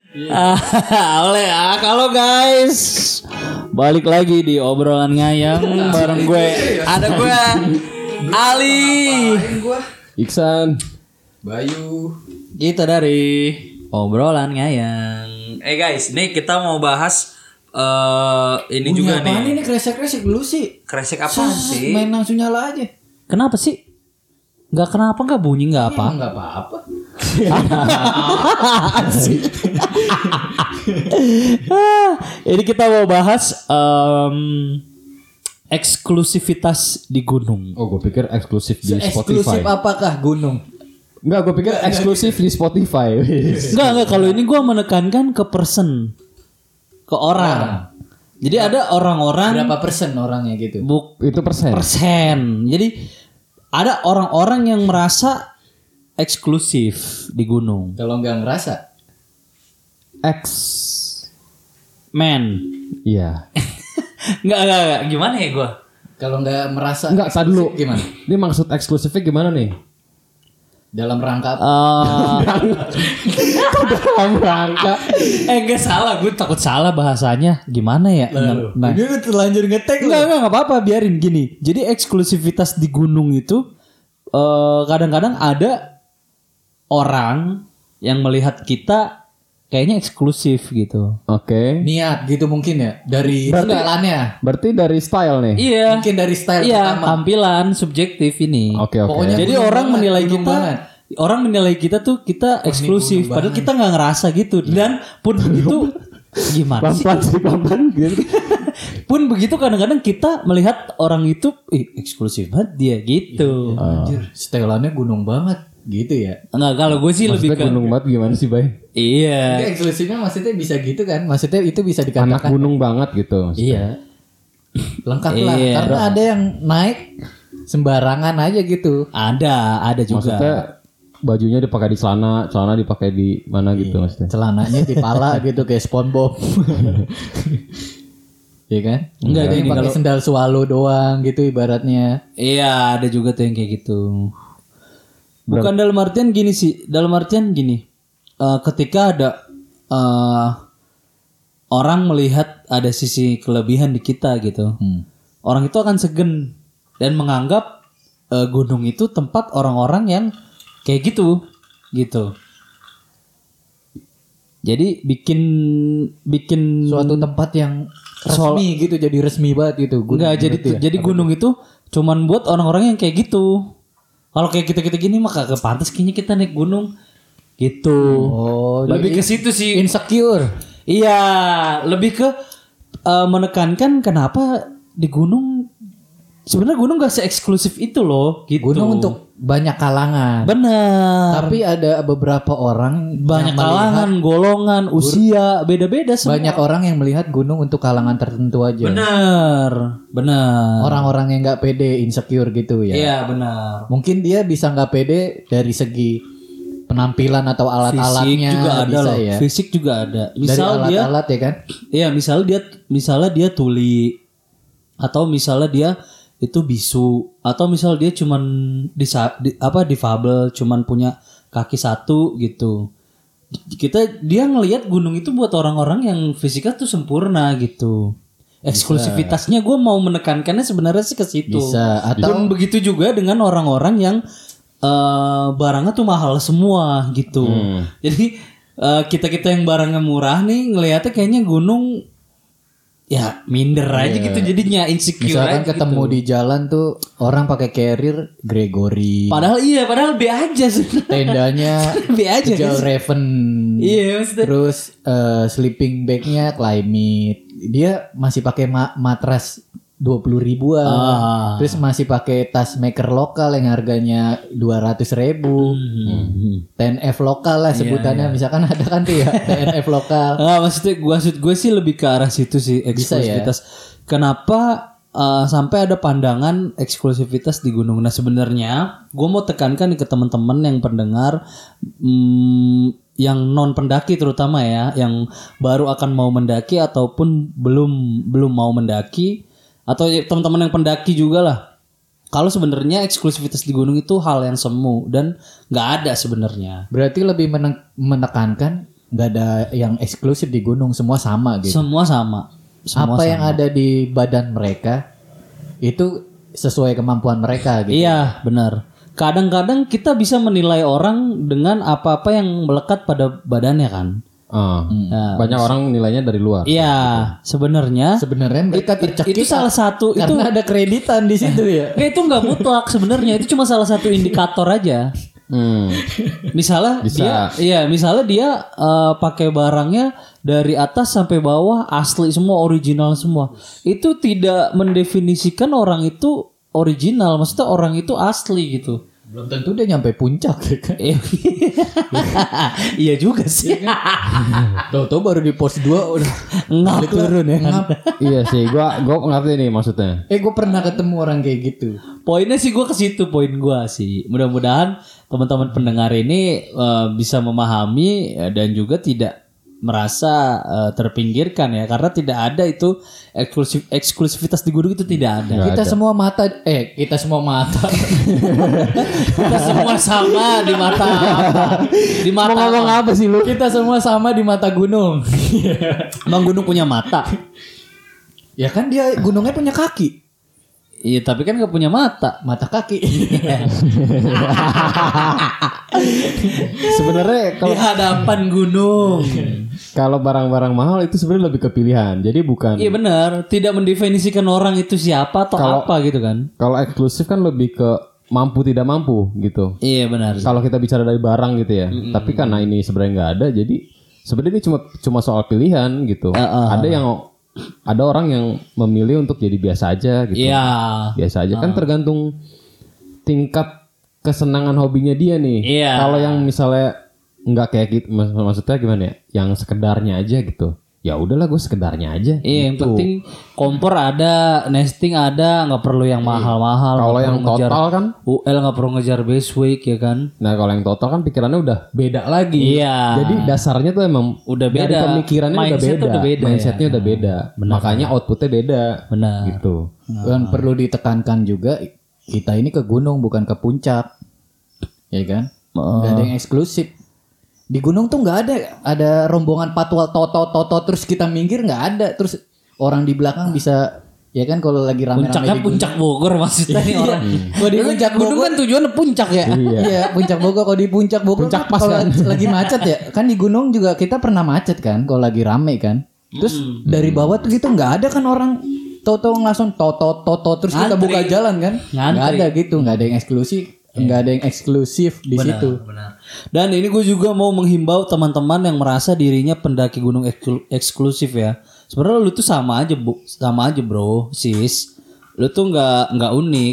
Kalau guys, balik lagi di obrolan ngayang bareng gue. Ada gue Ali, Iksan, Bayu. kita dari obrolan ngayang. Guys, nih kita mau bahas ini juga nih. Ini kresek-kresek dulu sih. Kresek apaan sih? Main langsung nyala aja. Kenapa sih? Nggak bunyi nggak apa? Enggak apa-apa. Ini kita mau bahas eksklusivitas di gunung. oh gue pikir eksklusif di Eksklusif Spotify. apakah gunung? Enggak, gue pikir eksklusif di Spotify. Enggak. Kalau ini gue menekankan ke person, ke orang. Jadi ada orang-orang. Berapa persen orangnya gitu? Itu persen. Jadi ada orang-orang yang merasa eksklusif di gunung. Kalau nggak ngerasa, X. Man. Iya. Enggak. Gimana ya gue? kalau nggak merasa, Enggak, tar dulu. gimana? Ini maksud eksklusifnya gimana nih? Dalam rangka apa? Dalam rangka. Enggak salah, gue takut salah bahasanya. Gimana ya? Nah, Ini udah terlanjur ngetek enggak apa-apa, biarin gini. Jadi eksklusivitas di gunung itu kadang-kadang ada orang yang melihat kita kayaknya eksklusif gitu. Oke. Niat gitu mungkin ya dari styleannya. Berarti dari style nih. Iya. Mungkin dari style Iya, pertama. tampilan subjektif ini. Oke. Pokoknya Jadi gunung orang banget, menilai gunung kita, banget. orang menilai kita tuh kita eksklusif, padahal kita nggak ngerasa gitu. Dan pun begitu, gimana sih? Pelan-pelan gitu. Pun begitu kadang-kadang kita melihat orang itu, eksklusif banget dia gitu. Anjir, styleannya gunung banget gitu ya. Enggak, kalau gue sih lebih Maksudnya ke gunung banget gimana sih, Bay? iya. Ini eksklusifnya maksudnya bisa gitu kan? Maksudnya itu bisa Anak dikatakan gunung banget gitu. Iya. lengkap lah. Iya. Karena ada yang naik sembarangan aja gitu. Ada juga. Maksudnya bajunya dipakai di celana dipakai di mana gitu maksudnya. Celananya di pala gitu kayak SpongeBob. Iya kan? Enggak, Ada yang gini, pakai kalau- sendal swallow doang gitu ibaratnya. Iya, ada juga tuh yang kayak gitu. Bukan dalam artian gini sih, dalam artian gini. Ketika ada orang melihat ada sisi kelebihan di kita gitu. Orang itu akan segen dan menganggap gunung itu tempat orang-orang yang kayak gitu. Jadi bikin Suatu tempat yang resmi gitu, jadi resmi banget gitu. enggak jadi gunung itu cuman buat orang-orang yang kayak gitu. Kalau kayak kita gini mah kagak pantas kayaknya kita naik gunung gitu. Oh, Lebih ke situ sih. insecure. Iya, lebih ke menekankan kenapa di gunung sebenarnya gunung gak se-eksklusif itu loh gitu. Gunung untuk banyak kalangan. benar. Tapi ada beberapa orang Banyak yang melihat- kalangan, golongan, usia beda-beda semua. banyak orang yang melihat gunung untuk kalangan tertentu aja. Benar. Orang-orang yang nggak pede, insecure gitu ya. Iya, benar. Mungkin dia bisa nggak pede dari segi penampilan atau Fisik alat-alatnya juga ada bisa loh. ya. Fisik juga ada. Dari Misal dia alat-alat ya kan. iya, misalnya dia tuli atau misalnya dia itu bisu atau misal dia cuman difabel cuman punya kaki satu gitu. Dia ngelihat gunung itu buat orang-orang yang fisiknya tuh sempurna gitu. Eksklusivitasnya gue mau menekankannya sebenarnya sih ke situ. Bisa atau Dan begitu juga dengan orang-orang yang barangnya tuh mahal semua gitu. Jadi kita yang barangnya murah nih ngelihatnya kayaknya gunung ya minder aja gitu jadinya insecure misalkan aja ketemu gitu. di jalan tuh orang pakai carrier Gregory, Padahal B aja sebenarnya. tendanya B aja Kejal kan. Raven, Iya maksudnya. terus sleeping bagnya Climate, dia masih pakai matras 20 ribuan, terus masih pakai tas maker lokal yang harganya 200.000, 10F lokal lah sebutannya, misalkan ada kan tuh ya TNF lokal. Maksudnya gue sih lebih ke arah situ sih eksklusivitas. Kenapa sampai ada pandangan eksklusivitas di gunung? Nah sebenarnya gue mau tekankan ke teman-teman yang pendengar, yang non pendaki terutama ya, yang baru akan mau mendaki ataupun belum mau mendaki. Atau teman-teman yang pendaki juga lah. Kalau sebenarnya eksklusivitas di gunung itu hal yang semu dan nggak ada sebenarnya. Berarti lebih menekankan nggak ada yang eksklusif di gunung, semua sama gitu. Semua sama. Apa yang ada di badan mereka itu sesuai kemampuan mereka gitu. Iya, benar. Kadang-kadang kita bisa menilai orang dengan apa-apa yang melekat pada badannya kan. Banyak orang nilainya dari luar. Iya, sebenarnya mereka tercekik itu salah satu karena ada kreditan di situ ya. Itu nggak mutlak sebenarnya, itu cuma salah satu indikator aja. Misalnya dia pakai barangnya dari atas sampai bawah asli semua, original semua. Itu tidak mendefinisikan orang itu original, maksudnya orang itu asli gitu. Belum tentu dia nyampe puncak kan. Iya juga sih. Tahu-tahu baru di pos 2 udah ngap turun ya. Iya sih, gua ngerti nih maksudnya. Gue pernah ketemu orang kayak gitu. Poinnya sih gue ke situ, poin gue sih. Mudah-mudahan teman-teman pendengar ini bisa memahami dan juga tidak merasa terpinggirkan ya, karena tidak ada itu eksklusivitas di gunung itu tidak ada. Kita semua Kita semua sama di mata apa? Di mata ngomong apa sih lu? Kita semua sama di mata gunung. Bang gunung punya mata. Ya kan dia gunungnya punya kaki. Iya tapi kan gak punya mata kaki. Sebenarnya di hadapan gunung. Kalau barang-barang mahal itu sebenarnya lebih ke pilihan. Jadi bukan. Iya benar, tidak mendefinisikan orang itu siapa atau apa gitu kan. Kalau eksklusif kan lebih ke mampu tidak mampu gitu. Iya benar. Kalau kita bicara dari barang gitu ya. Tapi karena ini sebenarnya nggak ada, jadi sebenarnya ini cuma soal pilihan gitu. Ada orang yang memilih untuk jadi biasa aja gitu. Iya. Biasa aja kan tergantung tingkat kesenangan hobinya dia nih. Iya. Kalau yang misalnya nggak kayak gitu, maksudnya gimana ya? Yang sekedarnya aja gitu. Ya udahlah gue sekedarnya aja. Iya, yang penting kompor ada, nesting ada, nggak perlu yang mahal-mahal. Kalau yang total kan UL nggak perlu ngejar base week ya kan. Nah kalau yang total kan pikirannya udah beda lagi. Iya. Jadi dasarnya tuh emang udah beda. Dari pemikirannya udah beda. Mindsetnya udah beda. Benar. Makanya outputnya beda. Benar. Gitu. Dan perlu ditekankan juga, kita ini ke gunung bukan ke puncak, ya kan? Gak ada yang eksklusif. Di gunung tuh nggak ada rombongan patwal toto terus kita minggir, nggak ada. Terus orang di belakang bisa, ya kan kalau lagi rame-rame puncaknya di puncak Bogor maksudnya nih orang. Kalau di puncak gunung kan tujuannya puncak ya. Iya, puncak Bogor. Kalau di puncak Bogor Puncak kan pas kalau kan. lagi macet ya. Kan di gunung juga kita pernah macet kan kalau lagi rame kan. Terus dari bawah tuh gitu nggak ada kan orang toto langsung toto terus kita Ngantri. buka jalan kan. Nggak ada gitu, nggak ada yang eksklusif. Nggak ada yang eksklusif di situ. Benar. Dan ini gue juga mau menghimbau teman-teman yang merasa dirinya pendaki gunung eksklusif ya. Sebenarnya lu tuh sama aja bro, sis. Lu tuh nggak unik.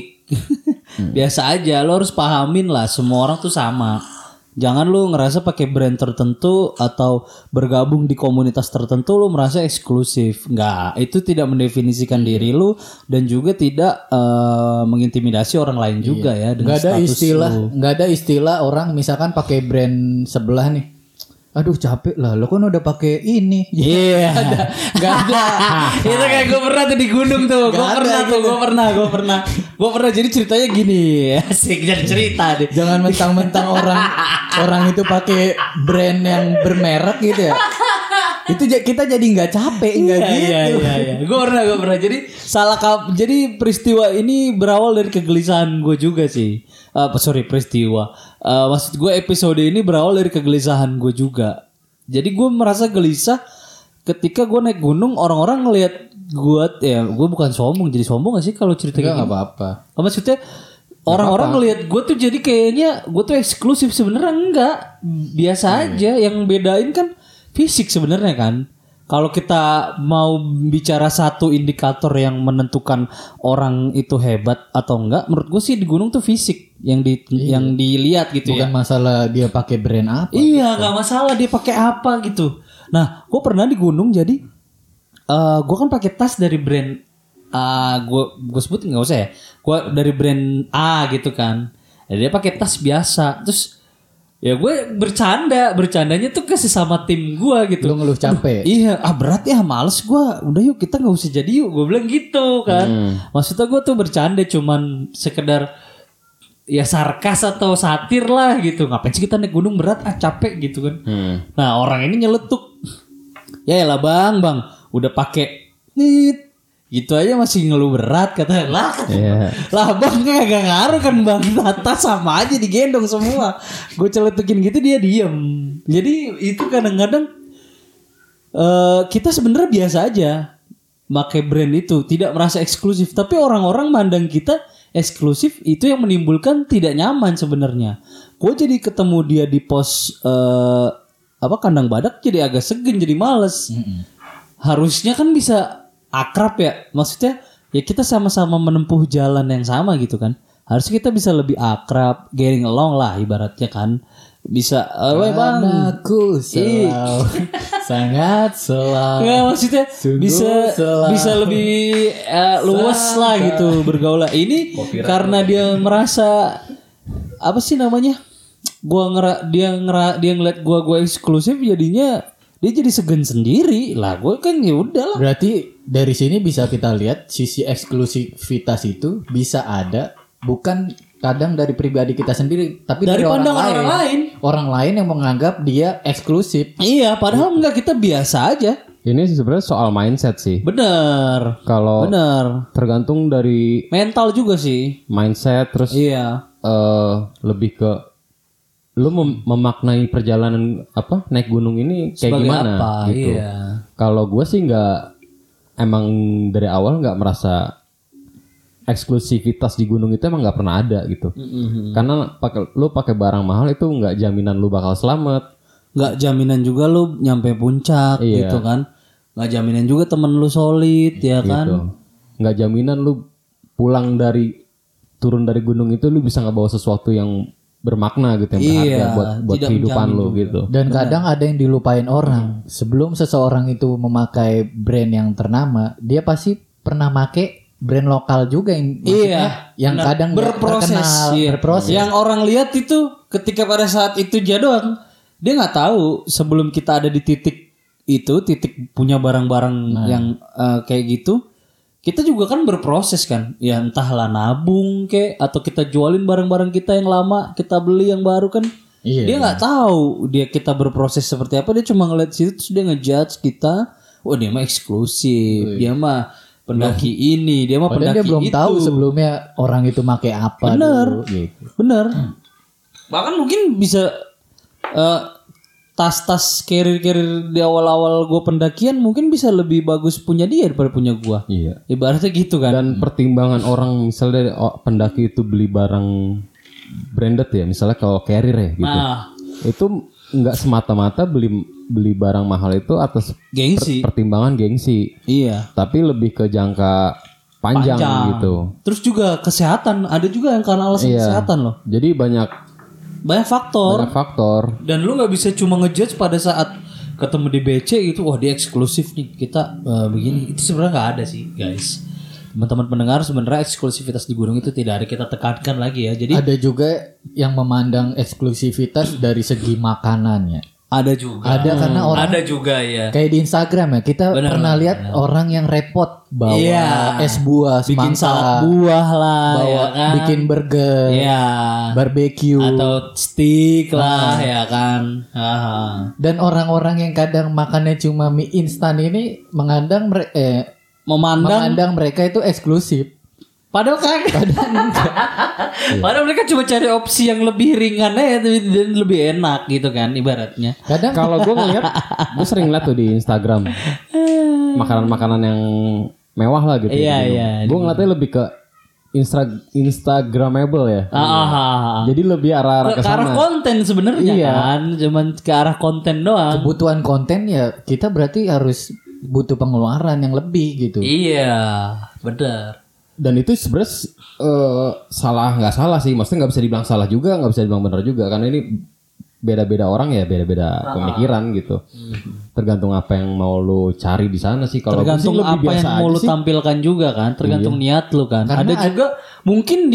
Biasa aja. Lu harus pahamin lah, semua orang tuh sama. Jangan lu ngerasa pakai brand tertentu atau bergabung di komunitas tertentu lu merasa eksklusif. Enggak, itu tidak mendefinisikan diri lu dan juga tidak mengintimidasi orang lain juga ya dengan Nggak ada istilah orang misalkan pakai brand sebelah nih. Aduh capek lah, lo kan udah pakai ini. Iya. Nggak ada. Itu kayak gue pernah tuh di gunung tuh. Gue pernah. Jadi ceritanya gini. Asik jadi cerita deh. Jangan mentang-mentang orang itu pakai brand yang bermerek gitu ya. Itu kita jadi nggak capek, nggak gitu. Iya. Gue pernah. Jadi peristiwa ini berawal dari kegelisahan gue juga sih. Peristiwa. Maksud gue episode ini berawal dari kegelisahan gue juga. Jadi gue merasa gelisah ketika gue naik gunung, orang-orang ngelihat gue, ya gue bukan sombong, jadi sombong gak sih kalau cerita kayak nggak apa-apa. Maksudnya orang-orang ngelihat gue tuh jadi kayaknya gue tuh eksklusif, sebenarnya enggak, biasa aja. Yang bedain kan fisik sebenarnya kan. Kalau kita mau bicara satu indikator yang menentukan orang itu hebat atau enggak, menurut gue sih di gunung tuh fisik yang dilihat gitu. Bukan masalah dia pakai brand apa. Iya, nggak masalah dia pakai apa gitu. Nah, gue pernah di gunung jadi gue kan pakai tas dari brand gue sebut nggak usah ya. Gue dari brand A gitu kan. Dia pakai tas biasa. Terus ya gue bercandanya tuh ke sesama tim gue gitu. Lu ngeluh capek. Iya, berat ya, males gue. Udah yuk kita nggak usah jadi yuk. Gue bilang gitu kan. Maksudnya gue tuh bercanda cuman sekedar ya sarkas atau satir lah gitu. Ngapain sih kita naik gunung berat, capek gitu kan. Nah orang ini nyeletuk, ya lah bang, udah pakai nit gitu aja masih ngeluh berat kata lah. Lah bang gak ngaruh kan bang, atas sama aja digendong semua. Gue celetukin gitu dia diem. Jadi itu kadang-kadang kita sebenarnya biasa aja pakai brand itu, tidak merasa eksklusif, tapi orang-orang mandang kita eksklusif, itu yang menimbulkan tidak nyaman sebenarnya. Gue jadi ketemu dia di pos kandang badak jadi agak segan, jadi males. Harusnya kan bisa akrab ya, maksudnya ya kita sama-sama menempuh jalan yang sama gitu kan. Harusnya kita bisa lebih akrab, getting along lah ibaratnya kan. Bisa, bang, aku selalu sangat selalu. Nggak, maksudnya bisa lebih luas lah gitu bergaul lah. Ini karena dia merasa apa sih namanya? Dia ngeliat gua eksklusif, jadinya dia jadi segan sendiri lah. Gue kan ya udahlah. Berarti dari sini bisa kita lihat sisi eksklusivitas itu bisa ada bukan kadang dari pribadi kita sendiri, tapi dari pandangan orang lain. Orang lain yang menganggap dia eksklusif. Iya, padahal enggak, kita biasa aja. Ini sebenarnya soal mindset sih. Bener. Kalau tergantung dari mental juga sih. Mindset, terus lebih ke lu memaknai perjalanan naik gunung ini kayak sebagai gimana apa? Gitu. Iya. Kalau gue sih emang dari awal nggak merasa eksklusivitas di gunung itu emang nggak pernah ada gitu. Karena lu pakai barang mahal itu nggak jaminan lu bakal selamat. Nggak jaminan juga lu nyampe puncak gitu kan. Nggak jaminan juga temen lu solid ya gitu. Kan. Nggak jaminan lu turun dari gunung itu lu bisa ngebawa sesuatu yang bermakna gitu, yang berharga buat kehidupan lu juga. Gitu. Dan kadang ada yang dilupain orang. Sebelum seseorang itu memakai brand yang ternama, dia pasti pernah make brand lokal juga yang kadang berproses. Yang orang lihat itu ketika pada saat itu doang, dia nggak tahu sebelum kita ada di titik punya barang-barang yang kayak gitu, kita juga kan berproses kan, ya entahlah nabung atau kita jualin barang-barang kita yang lama, kita beli yang baru kan. Dia nggak tahu kita berproses seperti apa, dia cuma ngeliat situ terus dia ngejudge kita, dia mah eksklusif, dia mah pendaki ini, dia mah pendaki dia belum itu. Tahu sebelumnya orang itu pakai apa. Bener. Bahkan mungkin bisa tas-tas carrier di awal-awal gue pendakian mungkin bisa lebih bagus punya dia daripada punya gue. Iya. Ibaratnya gitu kan. Dan pertimbangan orang misalnya pendaki itu beli barang branded ya, misalnya kalau carrier ya gitu. Itu nggak semata-mata beli barang mahal itu atas gengsi. Pertimbangan gengsi. Iya. Tapi lebih ke jangka panjang gitu. Terus juga kesehatan, ada juga yang karena alasan kesehatan loh. Jadi banyak faktor. Dan lu nggak bisa cuma ngejudge pada saat ketemu di BC gitu, wah dia eksklusif nih kita begini. Itu sebenarnya nggak ada sih guys. Teman-teman pendengar, sebenarnya eksklusivitas di gunung itu tidak ada, kita tekankan lagi ya. Jadi ada juga yang memandang eksklusivitas dari segi makanannya. Ada juga. Ada karena orang ada juga ya. Kayak di Instagram ya, kita pernah lihat orang yang repot bawa es buah, bikin salad buah lah, bawa bikin burger, barbecue atau steak lah ya kan. Dan orang-orang yang kadang makannya cuma mie instan ini memandang mereka itu eksklusif. Padahal padahal mereka cuma cari opsi yang lebih ringan aja dan lebih enak gitu kan ibaratnya. Kadang kalau gue sering lihat tuh di Instagram makanan-makanan yang mewah lah gitu. Iya. Gue ngeliatnya lebih ke Instagramable ya. Jadi lebih arah ke arah konten sebenarnya kan, cuman ke arah konten doang. Kebutuhan konten ya kita berarti harus butuh pengeluaran yang lebih gitu. Iya, benar. Dan itu sebenarnya nggak salah sih, maksudnya nggak bisa dibilang salah juga, nggak bisa dibilang benar juga, karena ini beda-beda orang ya, beda-beda pemikiran gitu. Tergantung apa yang mau lo cari di sana sih. Kalau tergantung apa yang mau lo tampilkan juga kan, tergantung niat lo kan. Karena ada juga mungkin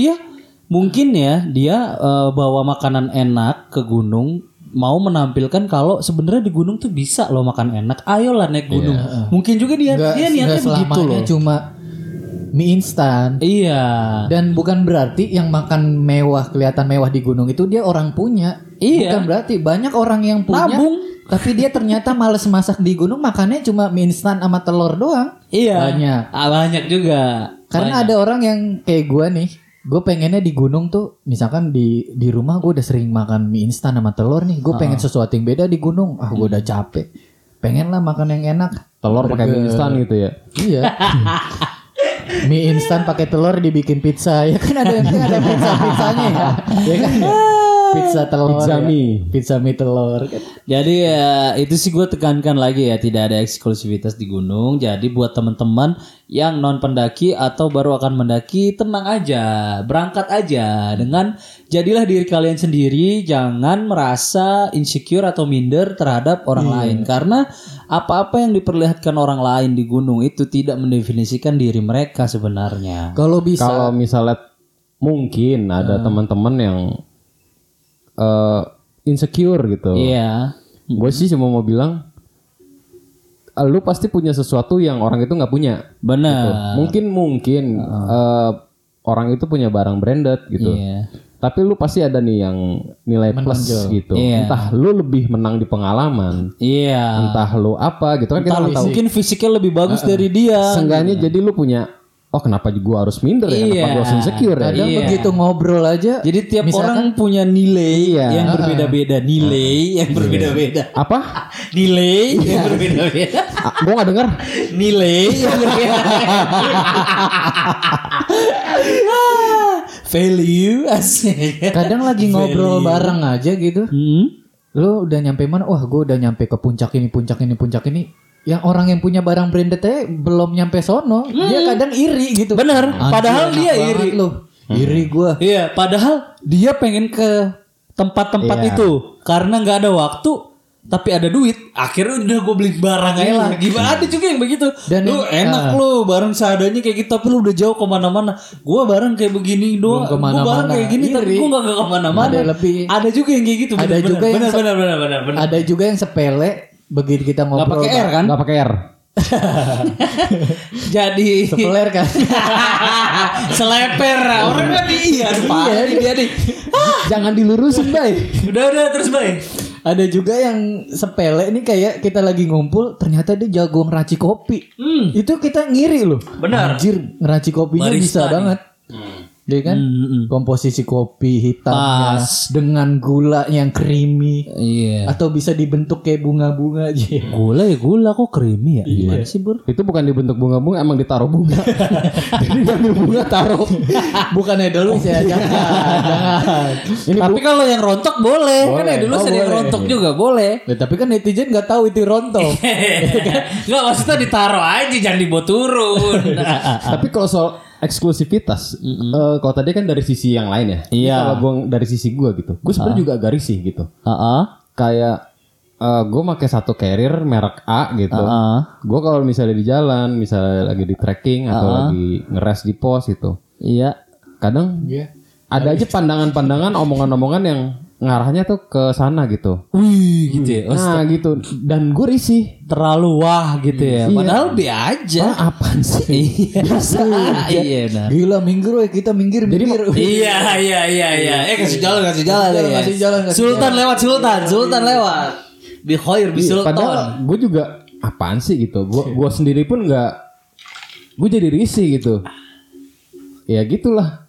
dia bawa makanan enak ke gunung, mau menampilkan kalau sebenarnya di gunung tuh bisa lo makan enak, ayolah naik gunung. Mungkin juga dia niatnya begitu loh. Cuma mie instan. Iya. Dan bukan berarti yang makan mewah kelihatan mewah di gunung itu dia orang punya. Iya. Bukan berarti banyak orang yang punya. Nabung. Tapi dia ternyata males masak di gunung, makannya cuma mie instan sama telur doang. Iya. Banyak. Banyak juga. Karena ada orang yang kayak gue nih, gue pengennya di gunung tuh, misalkan di rumah gue udah sering makan mie instan sama telur nih, gue pengen sesuatu yang beda di gunung. Gue udah capek, pengen lah makan yang enak. Telur pakai mie instan gitu ya. Iya. Mie instan pakai telur dibikin pizza, ya kan ada pizzanya ya kan. Pizza telur, pizza mie telur kan. Jadi ya itu sih gue tekankan lagi ya, tidak ada eksklusivitas di gunung. Jadi buat teman-teman yang non pendaki atau baru akan mendaki, tenang aja, berangkat aja dengan jadilah diri kalian sendiri, jangan merasa insecure atau minder terhadap orang lain, karena apa-apa yang diperlihatkan orang lain di gunung itu tidak mendefinisikan diri mereka sebenarnya. Kalau misalnya mungkin ada teman-teman yang insecure gitu. Iya. Gue sih cuma mau bilang, lu pasti punya sesuatu yang orang itu nggak punya. Benar. Gitu. Mungkin orang itu punya barang branded gitu. Iya. Tapi lu pasti ada nih yang nilai plus gitu. Iya. Entah lu lebih menang di pengalaman. Iya. Entah lu apa gitu kan, kita nggak tahu. Mungkin fisiknya lebih bagus dari dia. Seenggaknya jadi lu punya, oh kenapa gua harus minder ya? Kenapa gua harus insecure ya? Kadang begitu ngobrol aja. Jadi tiap orang punya nilai yang berbeda-beda. Nilai yang berbeda-beda. Apa? Nilai yang berbeda-beda. Gua nggak dengar. Nilai yang berbeda-beda. Value asik. Kadang lagi ngobrol bareng aja gitu. Lu udah nyampe mana? Wah, gue udah nyampe ke puncak ini. Yang orang yang punya barang branded aja belum nyampe sono. Dia kadang iri gitu. Bener. Padahal dia iri. Iri gue. Iya. Padahal dia pengen ke tempat-tempat itu karena nggak ada waktu. Tapi ada duit, akhirnya udah gue beli barang aja lah. Gimana ada juga yang begitu. Dan lu enak lu barang seadanya kayak gitu, tapi lu udah jauh kemana-mana. Gue barang kayak begini doang, gue barang kayak gini, tapi gue gak kemana-mana. Ada juga yang kayak gitu. Ada juga yang benar. Ada juga yang sepele. Begitu kita ngobrol, gak pakai R kan? Gak pakai R. Jadi sepeler kan. Seleper orang kan dia nih. Jangan dilurusin, Bay. Udah terus, Bay. Ada juga yang sepele nih, kayak kita lagi ngumpul ternyata dia jago ngeracik kopi. Itu kita ngiri loh. Benar. Anjir, ngeracik kopinya Barista bisa banget. Dia kan komposisi kopi hitamnya dengan gula yang creamy. Iya. Atau bisa dibentuk kayak bunga-bunga aja. Gula kok creamy ya? Gimana sih, Bur? Itu bukan dibentuk bunga-bunga, emang ditaruh bunga. Jadi ambil bunga taruh. Bukannya dulu ya, jangan. Tapi kalau yang rontok boleh. Kan ya dulu sering rontok juga boleh. Ya, tapi kan netizen nggak tahu itu rontok. Nggak, maksudnya ditaruh aja, jangan dibawa turun. Tapi kalau soal eksklusivitas, kalau tadi kan dari sisi yang lain ya. Iya. Kalau gue dari sisi gue gitu, gue sebenarnya juga agak risih gitu. Kayak gue pakai satu carrier merek A gitu. Gue kalau misalnya di jalan, misalnya lagi di trekking atau lagi ngeres di pos gitu. Iya. Kadang ada aja pandangan-pandangan, omongan-omongan yang ngarahnya tuh ke sana gitu. Wih, gitu ya. Nah gitu. Dan gue risih. Terlalu wah gitu ya. Padahal dia aja. Apaan sih? Biasa. Iya, nah. Gila, minggir kita minggir. Iya. Kasih jalan. Sultan lewat. Bi khair bi sultan. Padahal gue juga apaan sih gitu. Gue sendiri pun nggak. Gue jadi risih gitu. Ya gitulah.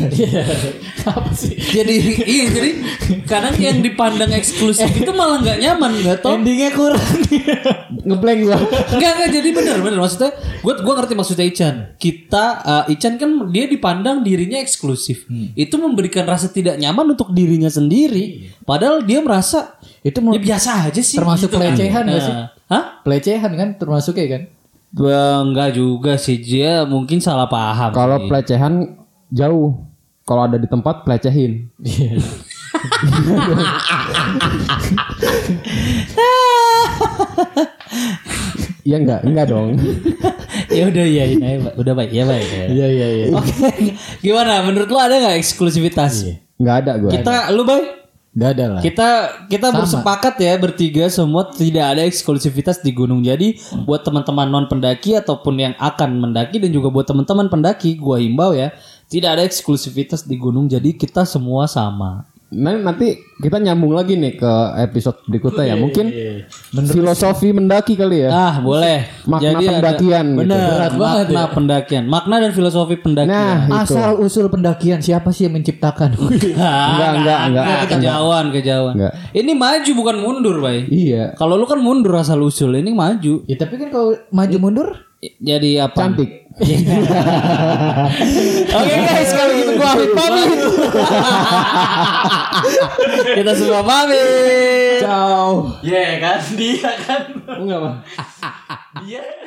Apa sih? Jadi kadang yang dipandang eksklusif itu malah nggak nyaman, nggak tau. Endingnya kurang. Ngeblank gua. Enggak, jadi bener maksudnya. Gue ngerti maksudnya Ican. Ican kan dia dipandang dirinya eksklusif. Itu memberikan rasa tidak nyaman untuk dirinya sendiri. Padahal dia merasa itu ya biasa aja sih. Termasuk gitu pelecehan nggak sih? Hah? Pelecehan kan termasuk ya kan? Enggak juga sih, dia mungkin salah paham. Kalau pelecehan jauh. Kalau ada di tempat pelecehin. Ya enggak dong. Ya udah iyain aja, udah baik. Iya. Iya. Oke. Gimana menurut lu ada enggak eksklusivitas? Enggak ada gue. Lu Bay? Gak ada lah. Kita bersepakat ya bertiga semua tidak ada eksklusivitas di gunung. Jadi buat teman-teman non pendaki ataupun yang akan mendaki dan juga buat teman-teman pendaki, gua himbau ya, tidak ada eksklusivitas di gunung. Jadi kita semua sama. Nanti kita nyambung lagi nih ke episode berikutnya ya. Mungkin filosofi mendaki kali ya. Boleh. Makna jadi pendakian gitu. Benar, makna pendakian. Makna dan filosofi pendakian. Nah, asal usul pendakian siapa sih yang menciptakan? Enggak. Kejauhan. Enggak. Ini maju bukan mundur, Bay. Iya. Kalau lu kan mundur asal usul, ini maju. Ya tapi kan kalau maju mundur jadi apa? Cantik. Oke guys, kalau gitu gua pamit. Kita semua pamit. Ciao. Kan dia kan. Enggak, Bang. Dia